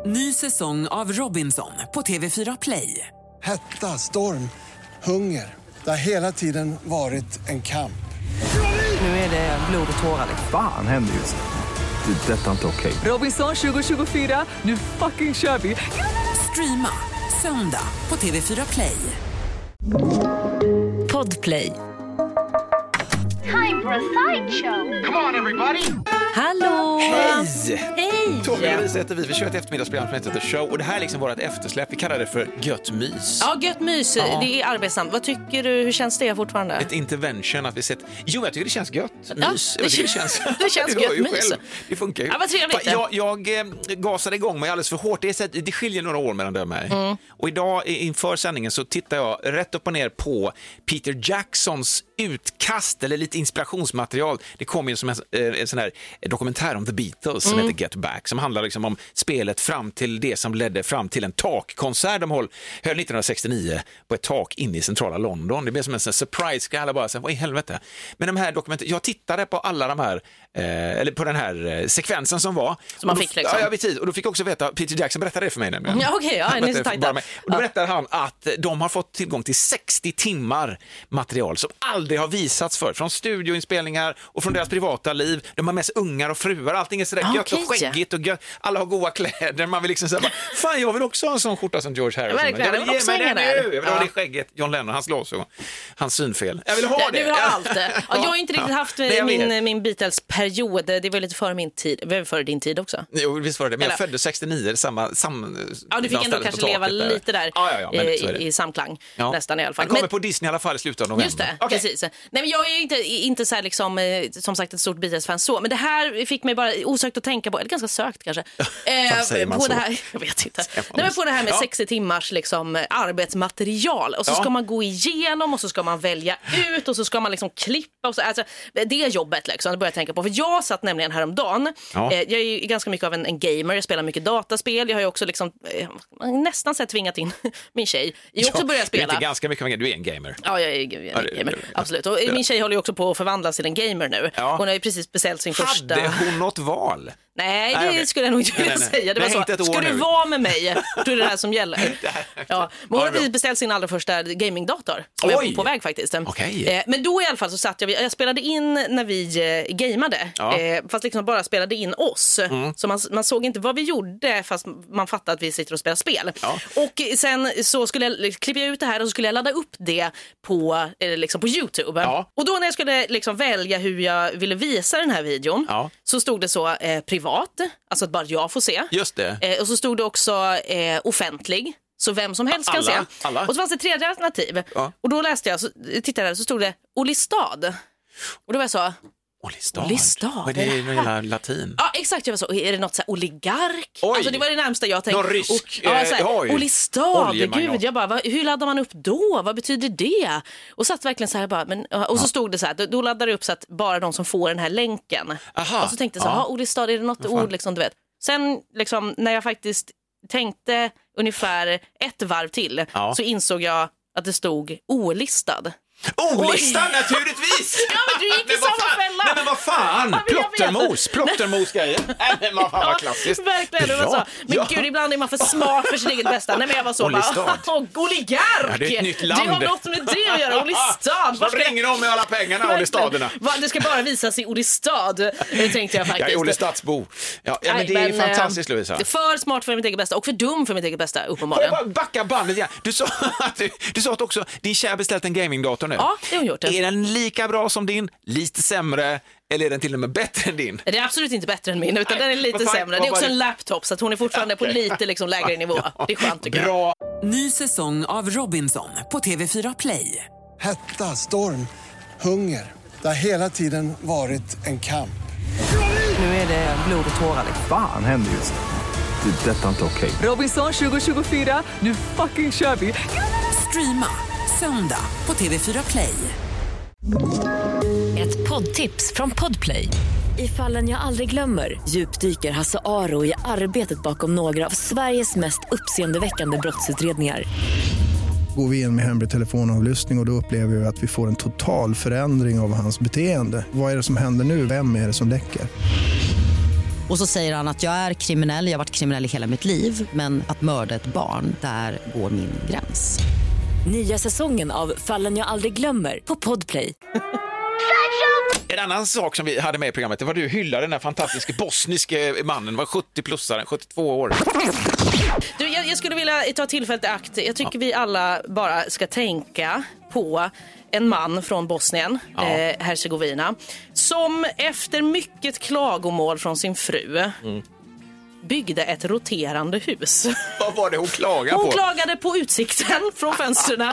Ny säsong av Robinson på TV4 Play. Hetta, storm, hunger. Det har hela tiden varit en kamp. Nu är det blod och tårar. Fan händer just nu. Det. Detta är inte okej. Robinson 2024, nu fucking kör vi. Streama söndag på TV4 Play. Podplay. Time for a sideshow. Come on everybody! Hallå! Hej! Hej! Tobbe och Lisa heter vi kör ett eftermiddagsprogram som heter The Show. Och det här är liksom vårt eftersläpp. Vi kallar det för Gött mys. Ja, gött mys. Ja. Det är arbetsamt. Vad tycker du? Hur känns det fortfarande? Ett intervention att vi sett. Jo, jag tycker det känns gött. Ja, Mys. det känns det känns du hör gött ju mys. själv. Det funkar ju. Ja, vad trevligt. Jag gasade igång mig alldeles för hårt. Det skiljer några år mellan det och mig. Och idag inför sändningen så tittar jag rätt upp och ner på Peter Jacksons utkast eller lite inspirationsmaterial. Det kom ju som en sån här dokumentär om The Beatles som heter Get Back, som handlar liksom om spelet fram till det som ledde fram till en takkonsert de höll 1969 på ett tak inne i centrala London. Det blev som en sån surprise, ska alla bara säga, vad i helvete. Men de här dokumenten, jag tittade på alla de här eller på den här sekvensen som var. Som man fick liksom. Ja, vid tid. Och då fick jag också veta, Peter Jackson berättade det för mig nämligen. Ja, okej, ja, ni är så tajta. Och då berättade han att de har fått tillgång till 60 timmar material som aldrig har visats för. Från studioinspelningar och från deras privata liv. De har med sig ungar och fruar. Allting är sådär gött och skäggigt och gött. Alla har goda kläder. Man vill liksom säga, fan jag vill också ha en sån skjorta som George Harrison. Verkligen, Jag vill ge mig den nu. Jag vill ha det skägget. John Lennon, hans glasögon. Hans synfel. Jag vill ha det. Du vill ha allt. Ja, jag har inte riktigt haft min Beatles-period. Det var lite före min tid. Det var före din tid också. Jo, visst var det. Men jag föddes 69. Ja, du fick ändå kanske leva lite där i samklang. Ja. Nästan i alla fall. Han kommer på Disney i alla fall i slutet av november. Just det, okay. Precis. Nej, men jag är inte så här liksom, som sagt ett stort Beatles-fan så. Men det här fick mig bara osökt att tänka på, eller ganska sökt kanske. På det här, jag vet inte. Nej, men på det här med 60 timmars liksom, arbetsmaterial. Och så ska man gå igenom och så ska man välja ut och så ska man liksom klippa. Och så, alltså, det är jobbet liksom, det börjar jag tänka på. För jag satt nämligen häromdagen. Jag är ju ganska mycket av en gamer. Jag spelar mycket dataspel. Jag har ju också liksom, nästan sett tvingat in min tjej. Jag också börjat spela. Du är inte ganska mycket, du är en gamer. Ja, jag är en gamer. Absolut. Och min tjej håller ju också på att förvandlas till en gamer nu. Ja. Hon har ju precis beställt sin första... Hade hon något val? Nej, det skulle jag nog inte vilja säga. Det var så, ska du vara med mig? Då är det här som gäller. Ja. Men hon har precis beställt sin allra första gamingdator. Som jag är på väg faktiskt. Okay. Men då i alla fall så satt jag spelade in när vi gameade. Fast liksom bara spelade in oss. Så man såg inte vad vi gjorde, fast man fattade att vi sitter och spelar spel. Och sen så skulle jag klippa ut det här och så skulle jag ladda upp det på YouTube. Och då när jag skulle liksom välja hur jag ville visa den här videon så stod det så privat, alltså att bara jag får se. Just det. Och så stod det också offentlig, så vem som helst kan se. Och så fanns det 3 alternativ. Och då läste jag, tittade jag, så stod det Olistad. Och då var jag så... Olistad. Vad är det hela latin? Ja, exakt. Jag var så, är det något så här oligark? Oj. Alltså det var det närmsta jag tänkte. Någon rysk. Olistad, gud. Jag bara, hur laddar man upp då? Vad betyder det? Och satt verkligen så här bara, och så stod det så här, då laddar det upp så att bara de som får den här länken. Aha. Och så tänkte jag så här, Olistad, är det något ord liksom, du vet. Sen liksom, när jag faktiskt tänkte ungefär ett varv till så insåg jag att det stod olistad. Olistad naturligtvis! Ja, men du gick i samma fälla! Nej, men vad fan! Plottermos grejer. Nej, men vad fan, vad klassiskt. Verkligen, det var så. Men gud, ibland är man för smart för sin eget bästa. Nej, men jag var så Olistad. Oligark! Ja, det är ett nytt land. Det har något med det att göra, Olistad. Vad ringer de med alla pengarna, Olistaderna? Det ska bara visas i Olistad, tänkte jag faktiskt. Jag är Olistadsbo. Ja, men det är ju fantastiskt, Lovisa. För smart för mitt eget bästa och för dum för mitt eget bästa, uppenbarligen. Får jag bara backa bandet igen? Du sa att också din tjej har beställt en gamingdator nu. Ja, det har hon gjort. Är den lika bra som din? Lite sämre? Eller är den till och med bättre än din? Det är absolut inte bättre än min, utan den är lite sämre. Det är också en laptop, så att hon är fortfarande på lite liksom lägre nivå. Det är skönt, tycker jag. Ny säsong av Robinson på TV4 Play. Hetta, storm, hunger. Det har hela tiden varit en kamp. Nu är det blod och tårar. Fan händer just nu. Detta är inte okej. Robinson 2024, nu fucking kör vi. Streama söndag på TV4 Play. Ett poddtips från Podplay. I Fallen jag aldrig glömmer djupdyker Hasse Aro i arbetet bakom några av Sveriges mest uppseendeväckande brottsutredningar. Går vi in med hemlig telefonavlyssning och då upplever vi att vi får en total förändring av hans beteende. Vad är det som händer nu? Vem är det som läcker? Och så säger han att jag är kriminell, jag har varit kriminell i hela mitt liv. Men att mörda ett barn, där går min gräns. Nya säsongen av Fallen jag aldrig glömmer på Podplay. En annan sak som vi hade med i programmet, det var du hyllade den här fantastiska bosniske mannen, var 70-plussaren, 72 år. Du, jag skulle vilja ta tillfället i akt. Jag tycker vi alla bara ska tänka på en man från Bosnien, Herzegovina, som efter mycket klagomål från sin fru byggde ett roterande hus. Vad var det hon klagade på? Hon klagade på utsikten från fönstren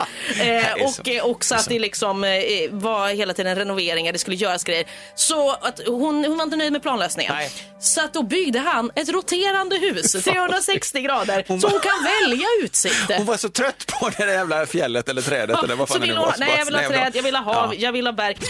och också att det liksom var hela tiden renoveringar, det skulle göras grejer. Så att hon var inte nöjd med planlösningen. Nej. Så att då byggde han ett roterande hus, 360 grader, så hon kan välja utsikt. Hon var så trött på det där jävla fjället eller trädet eller vad fan det nu var. Nej, jag vill ha träd, jag vill ha hav, jag vill ha berg.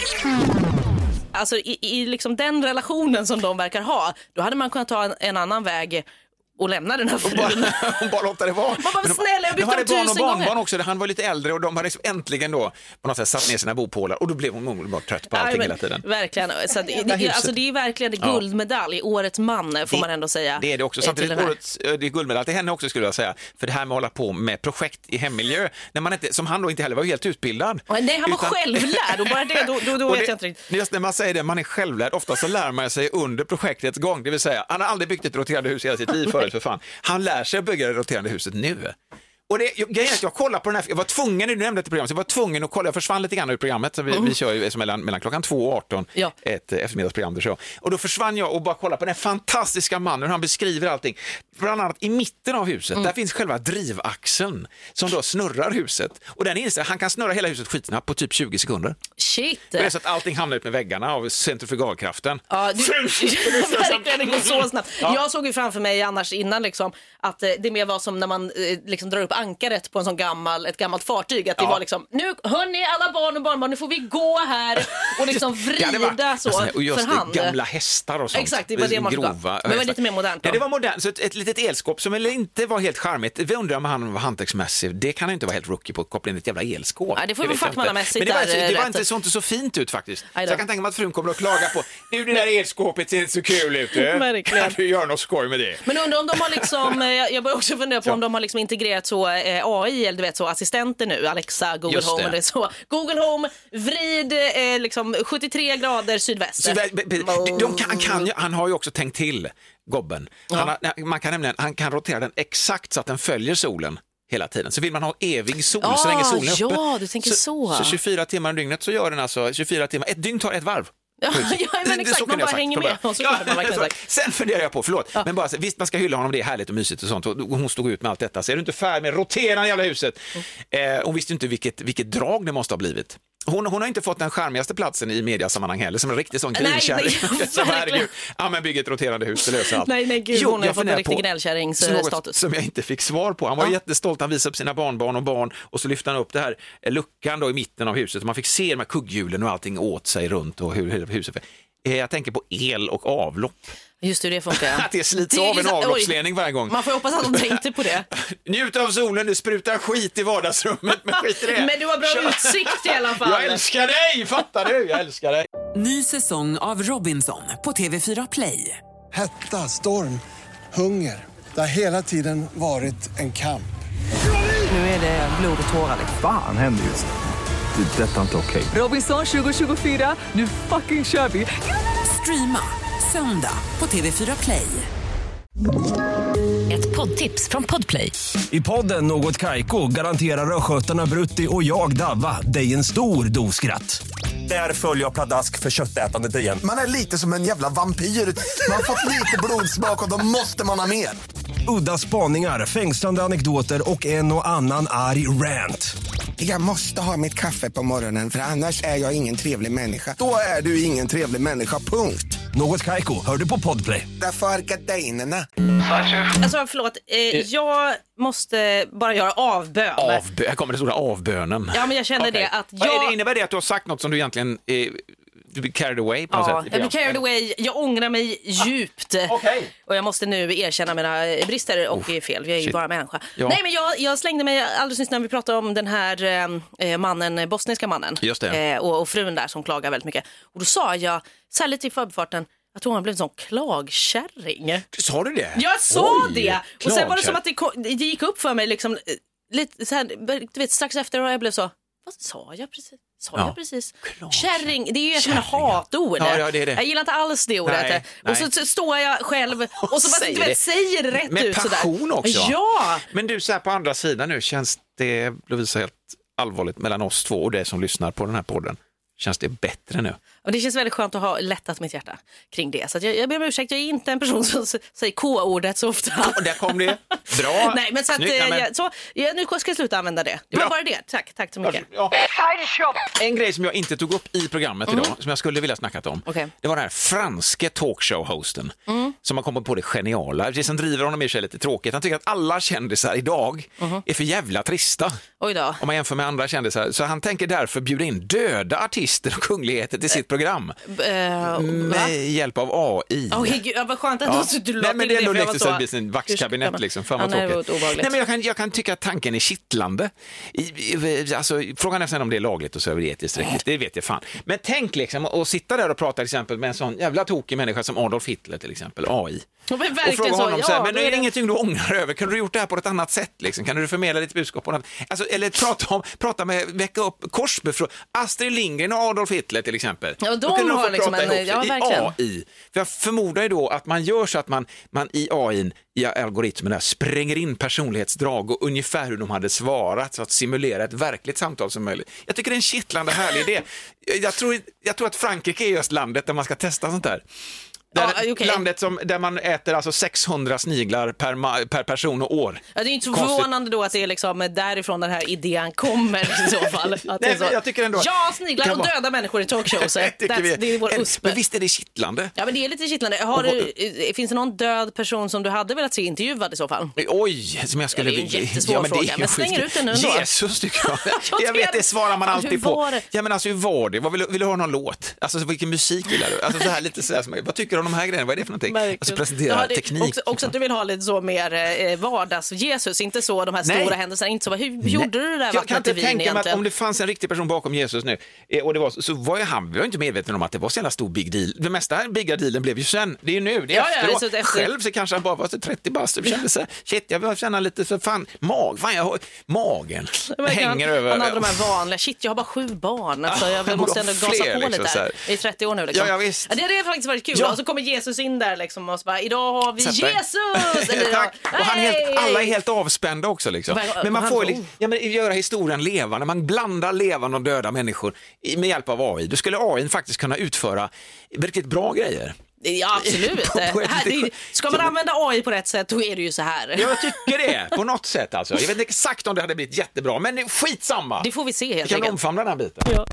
Alltså i liksom den relationen som de verkar ha, då hade man kunnat ta en annan väg och lämna den här frun. Hon bara låter det vara. Man bara, snälla, jag bytte om 1000 gånger. Barnbarn också, han var lite äldre och de hade liksom äntligen då på något sätt satt ner sina bopålar och då blev hon bara trött på allting hela tiden. Verkligen. Så det är verkligen guldmedalj, årets man får man ändå säga. Det är det också, samtidigt det är guldmedalj till henne också skulle jag säga. För det här med att hålla på med projekt i hemmiljö, när man inte, som han då inte heller var helt utbildad. Nej, han var självlärd och bara det, då vet jag inte riktigt. Just när man säger det, man är självlärd, ofta så lär man sig under projektets gång, det vill säga, han har aldrig byggt ett roterande hus i hela sitt liv förut för fan. Han lär sig att bygga det roterande huset nu. Och jag kollar på den här, jag var tvungen, du nämnde ett program, så jag var tvungen att kolla, jag försvann lite grann ur programmet, så vi kör ju mellan klockan 2 och 18, ett eftermiddagsprogram. Och då försvann jag och bara kollade på den fantastiska mannen, han beskriver allting. Bland annat i mitten av huset, där finns själva drivaxeln som då snurrar huset. Och den inser, han kan snurra hela huset skitsnabbt på typ 20 sekunder. Shit! Det är så att allting hamnar ut med väggarna av centrifugalkraften. Ja, verkligen, det går så snabbt. Ja. Jag såg ju framför mig annars innan liksom, att det mer var som när man liksom drar upp ankaret på en sån ett gammalt fartyg, att det var liksom, nu hörni alla barn och barnbarn, nu får vi gå här och liksom vrida så och just för hand. Gamla hästar och sånt. Exakt, det var det man grova. Men det var lite mer modernt då. Ja, det var modernt, så ett litet elskåp som väl inte var helt charmigt. Vi undrar om han var hantverksmässig. Det kan ju inte vara helt rookie på att koppla in ett jävla elskåp. Ja, det får vara fackmannamässigt. Men det var inte så fint ut faktiskt. Så jag kan tänka mig att frun kommer att klaga på, nu det där elskåpet ser inte så kul ut. Verkligen. Du gör något skoj med det. Men undrar om de har liksom, jag börjar också fundera på om de har liksom integrerat så AI, eller du vet så assistenter nu, Alexa, Google Home eller så. Google Home, vrid liksom 73 grader sydväst. Han har ju också tänkt till, gobben. Han kan rotera den exakt så att den följer solen hela tiden. Så vill man ha evig sol så länge solen är uppe. Ja, du tänker så. 24 timmar om dygnet så gör den alltså 24 timmar. Ett dygn tar ett varv. Ja, men exakt, man bara hänger med. Sen funderar jag på, men bara, visst man ska hylla honom, det är härligt och mysigt och sånt, och hon stod ut med allt detta, så är du inte färdig med roterande jävla huset. Hon visste inte vilket drag det måste ha blivit. Hon har inte fått den charmigaste platsen i mediasammanhang heller, som en riktig sån grillkärring. Men bygger ett roterande hus, det löser allt. Nej, gud, hon har fått en riktig gnällkärringsstatus. Som jag inte fick svar på. Han var jättestolt, han visade upp sina barnbarn och barn, och så lyfte han upp det här luckan då i mitten av huset, och man fick se de här kugghjulen och allting åt sig runt och hur huset. Jag tänker på el och avlopp. Just det funkar. Att det slits av en avloppsledning varje gång. Man får hoppas att de tänkte på det. Njut av solen, du sprutar skit i vardagsrummet, men skit i det. Men du har bra utsikt i alla fall. Jag älskar dig, fattar du? Jag älskar dig. Ny säsong av Robinson på TV4 Play. Hetta, storm, hunger. Det har hela tiden varit en kamp. Nu är det blod och tårar. Fan händer just det. Detta är inte okej. Robinson 2024, nu fucking kör vi. Streama söndag på TV4 Play. Ett poddtips från Podplay. I podden Något Kaiko garanterar röskötarna Brutti och jag Davva dig en stor doskratt. Där följer jag pladask för köttätandet igen. Man är lite som en jävla vampyr. Man har fått lite blodsmak och då måste man ha mer. Udda spaningar, fängslande anekdoter och en och annan arg rant. Jag måste ha mitt kaffe på morgonen, för annars är jag ingen trevlig människa. Då är du ingen trevlig människa, punkt. Något Kaiko, hör du på Podplay. Därför är gardinerna. Alltså förlåt, jag måste bara göra avbön. Här kommer det stora avbönen. Ja, men jag känner det att det innebär det att du har sagt något som du egentligen du blir carried away på något sätt? Jag blir carried away. Jag ångrar mig djupt. Och jag måste nu erkänna mina brister och fel. Jag är ju bara människa. Ja. Nej, men jag slängde mig alldeles nyss när vi pratade om den här mannen, bosniska mannen. Just det. Och frun där som klagar väldigt mycket. Och då sa jag, särskilt i förbifarten, Jag tror han blev en sån klagkärring. Sa du det? Jag sa Oj, det! Och sen var det som att det gick upp för mig liksom, lite så här, du vet, strax efter och jag blev så, vad sa jag precis? Jag precis? Kärring, det är ju ett sånt hatord. Ja, det är det. Jag gillar inte alls det ordet. Nej. Och så står jag själv och så bara säger det rätt med ut sådär. Med passion också. Ja! Men du, så här på andra sidan nu, känns det, Lovisa, helt allvarligt mellan oss två och det som lyssnar på den här podden? Känns det bättre nu? Och det känns väldigt skönt att ha lättat mitt hjärta kring det. Så att jag ber om ursäkt, jag är inte en person som säger K-ordet så ofta. Och där kom det. Bra. Nej, men så att, nu ska jag sluta använda det. Det var bara det. Tack så mycket. Ja. En grej som jag inte tog upp i programmet idag, som jag skulle vilja snacka om, det var den här franske talkshow-hosten som har kommit på det geniala. Det som driver honom i sig lite tråkigt. Han tycker att alla kändisar idag är för jävla trista. Oj då. Om man jämför med andra kändisar. Så han tänker därför bjuda in döda artister och kungligheter till sitt program. Med hjälp av AI. Vad skönt att du la till men det är ändå lite så en vaxkabinett liksom. Fan vad tråkigt. Nej, men jag kan tycka att tanken är kittlande. Alltså, frågan är sen om det är lagligt och så överetiskt riktigt. Det vet jag fan. Men tänk liksom att sitta där och prata till exempel med en sån jävla tokig människa som Adolf Hitler till exempel, AI. Och fråga honom så här, men är det ingenting du ångrar över? Kan du gjort det här på ett annat sätt liksom? Kan du förmedla ditt budskap på något? Alltså, eller väcka upp korsbefrån Astrid Lindgren och Adolf Hitler till exempel. Ja, de har liksom AI. För jag förmodar ju då att man gör så att man i AI, i algoritmen där, spränger in personlighetsdrag och ungefär hur de hade svarat så att simulera ett verkligt samtal som möjligt. Jag tycker det är en kittlande härlig idé. Jag tror att Frankrike är just landet där man ska testa sånt där. Landet där man äter alltså 600 sniglar per person och år. Ja, det är inte så förvånande då att det är liksom därifrån den här idén kommer i så fall. Att Nej, så, jag tycker ändå, sniglar och döda människor i talkshows. Det är vår USP. Men visst är det kittlande? Ja, men det är lite kittlande. Finns det någon död person som du hade velat se intervjuad i så fall? Oj, som jag skulle vilja. Det är en jättesvår fråga, men slänger ut den nu ändå. Jesus, tycker jag. Jag vet, det svarar man alltid på. Ja, men alltså, hur var det? Vill du ha någon låt? Alltså, vilken musik vill du? Alltså, så här lite så här, vad tycker du om de här grejerna? Vad är det för någonting? Alltså presentera teknik. Också att du vill ha lite så mer vardags-Jesus, inte så de här stora händelserna, inte så. Hur gjorde du det där vattnet i Wien egentligen? Jag kan inte tänka mig att om det fanns en riktig person bakom Jesus nu, och det var, så var ju han, vi var inte medvetna om att det var så jävla stor big deal. Det mesta bigga dealen blev ju sen, det är ju nu, det är efteråt. Själv så kanske han bara var så 30 bast och kände sig, shit, jag vill känna lite för fan, magen hänger över. Han hade de här vanliga, shit, jag har bara 7 barn, så jag måste ändå gasa på lite där. I 30 år nu liksom. Ja, visst. Det är faktiskt väldigt kul. Och så kommer Jesus in där liksom och så bara, idag har vi Jesus! Tack. Och alla är helt avspända också liksom. Men man får göra historien levande. Man blandar levande och döda människor med hjälp av AI. Då skulle AI faktiskt kunna utföra riktigt bra grejer. Ja, absolut. Ska man använda AI på rätt sätt, då är det ju så här. Jag tycker det, på något sätt alltså. Jag vet inte exakt om det hade blivit jättebra, men skitsamma. Det får vi se helt enkelt. Vi kan omfamna den här biten. Ja.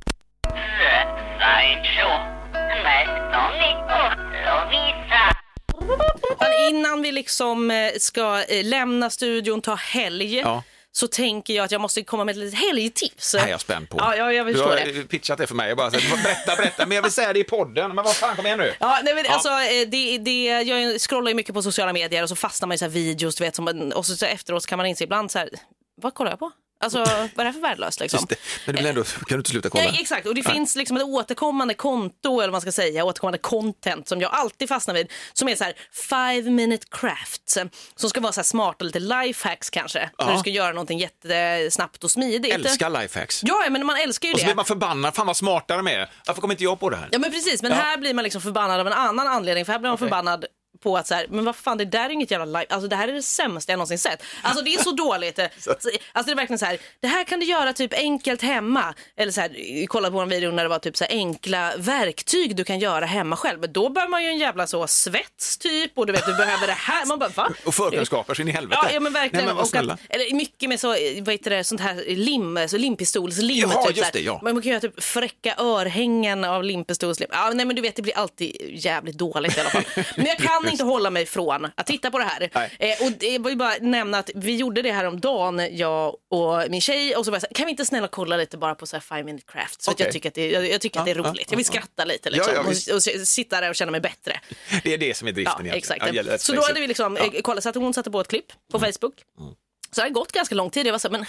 Innan vi liksom ska lämna studion, ta helg, så tänker jag att jag måste komma med ett litet helgtips. Det här är jag spänd på. Ja, jag förstår det. Du har pitchat det för mig. Jag bara berätta, men jag vill säga det i podden. Men vad fan, kom igen nu. Ja, nej, men alltså, jag scrollar ju mycket på sociala medier och så fastnar man i så här videos, du vet, och så efteråt kan man inse ibland så här, vad kollar jag på? Alltså, vad är det för värdelöst liksom? Men det blir ändå, kan du inte sluta kolla? Nej, exakt, och det finns liksom ett återkommande konto, eller vad man ska säga, återkommande content som jag alltid fastnar vid, som är så här 5-minute crafts, som ska vara så här smarta, lite lifehacks kanske, när du ska göra någonting jättesnabbt och smidigt. Älskar lifehacks. Ja, men man älskar ju det. Och så blir man förbannad, fan vad smartare med. Varför kommer inte jag på det här? Ja, men precis, men här blir man liksom förbannad av en annan anledning, för här blir man förbannad på att så här, men vad fan, det där är inget jävla live. Alltså det här är det sämsta jag någonsin sett. Alltså det är så dåligt. Alltså det är verkligen så här, det här kan du göra typ enkelt hemma. Eller så här, kolla på en video när det var typ så här enkla verktyg du kan göra hemma själv. Men då behöver man ju en jävla så svets typ, och du vet, du behöver det här. Man bara, va? Och förkunskaper sin i helvete. Ja, men verkligen. Nej, men och eller mycket med så, vad heter det, sånt här limpistolslim. Ja, typ, just det, ja. Man kan göra typ fräcka örhängen av limpistolslim. Ja, nej, men du vet, det blir alltid jävligt dåligt i alla fall. Men jag kan inte hålla mig från att titta på det här. Och det var ju bara nämna att vi gjorde det här om dagen, jag och min tjej, och så bara, kan vi inte snälla kolla lite bara på så här 5-minute craft, så att jag tycker att det är roligt. Jag vill skratta lite liksom, och sitta där och känna mig bättre. Det är det som är driften. Ja, exakt. Så då hade vi liksom kollat, så att hon satte på ett klipp på Facebook. Så det har gått ganska lång tid. Jag var så här, men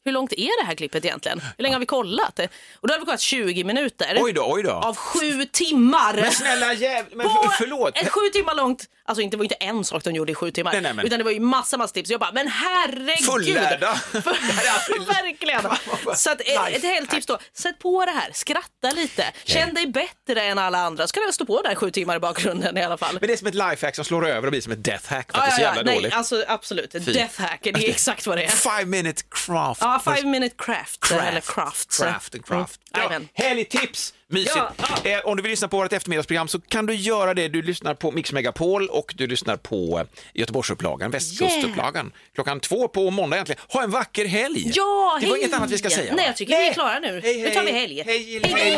hur långt är det här klippet egentligen? Hur länge har vi kollat? Och då har vi kollat 20 minuter. Oj då. Av 7 timmar. Men snälla jävlar, förlåt. Ett 7 timmar långt. Alltså det var inte en sak de gjorde i 7 timmar. Nej. Utan det var ju massa tips. Jag bara, men herregud. Fullärda. Verkligen. Så att ett helt tips då. Sätt på det här. Skratta lite. Känn dig bättre än alla andra. Ska det stå på där 7 timmar i bakgrunden i alla fall. Men det är som ett lifehack som slår över och blir som ett death hack. För att det är så jävla dåligt. Nej, alltså absolut. Death hack. Det är exakt vad det är. 5 minute craft. Ja, 5 minute craft. Eller craft. Craft. Helgtips. Mysigt. Om du vill lyssna på vårt eftermiddagsprogram så kan du göra det. Du lyssnar på Mix Megapol och du lyssnar på Göteborgsupplagan, västkustupplagan. 2:00 på måndag egentligen. Ha en vacker helg. Ja, det var inget annat vi ska säga. Nej, jag tycker vi är klara nu. Nu tar vi helg. Hej.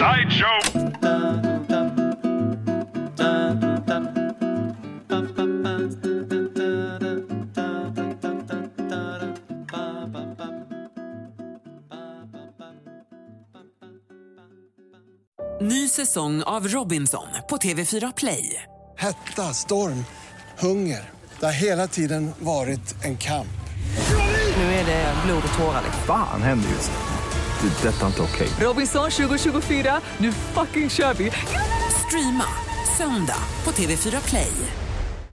Ny säsong av Robinson på TV4 Play. Hetta, storm, hunger. Det har hela tiden varit en kamp. Nu är det blod och tårar. Fan händer just det. Det är detta inte okej. Robinson 2024, nu fucking kör vi. Streama söndag på TV4 Play.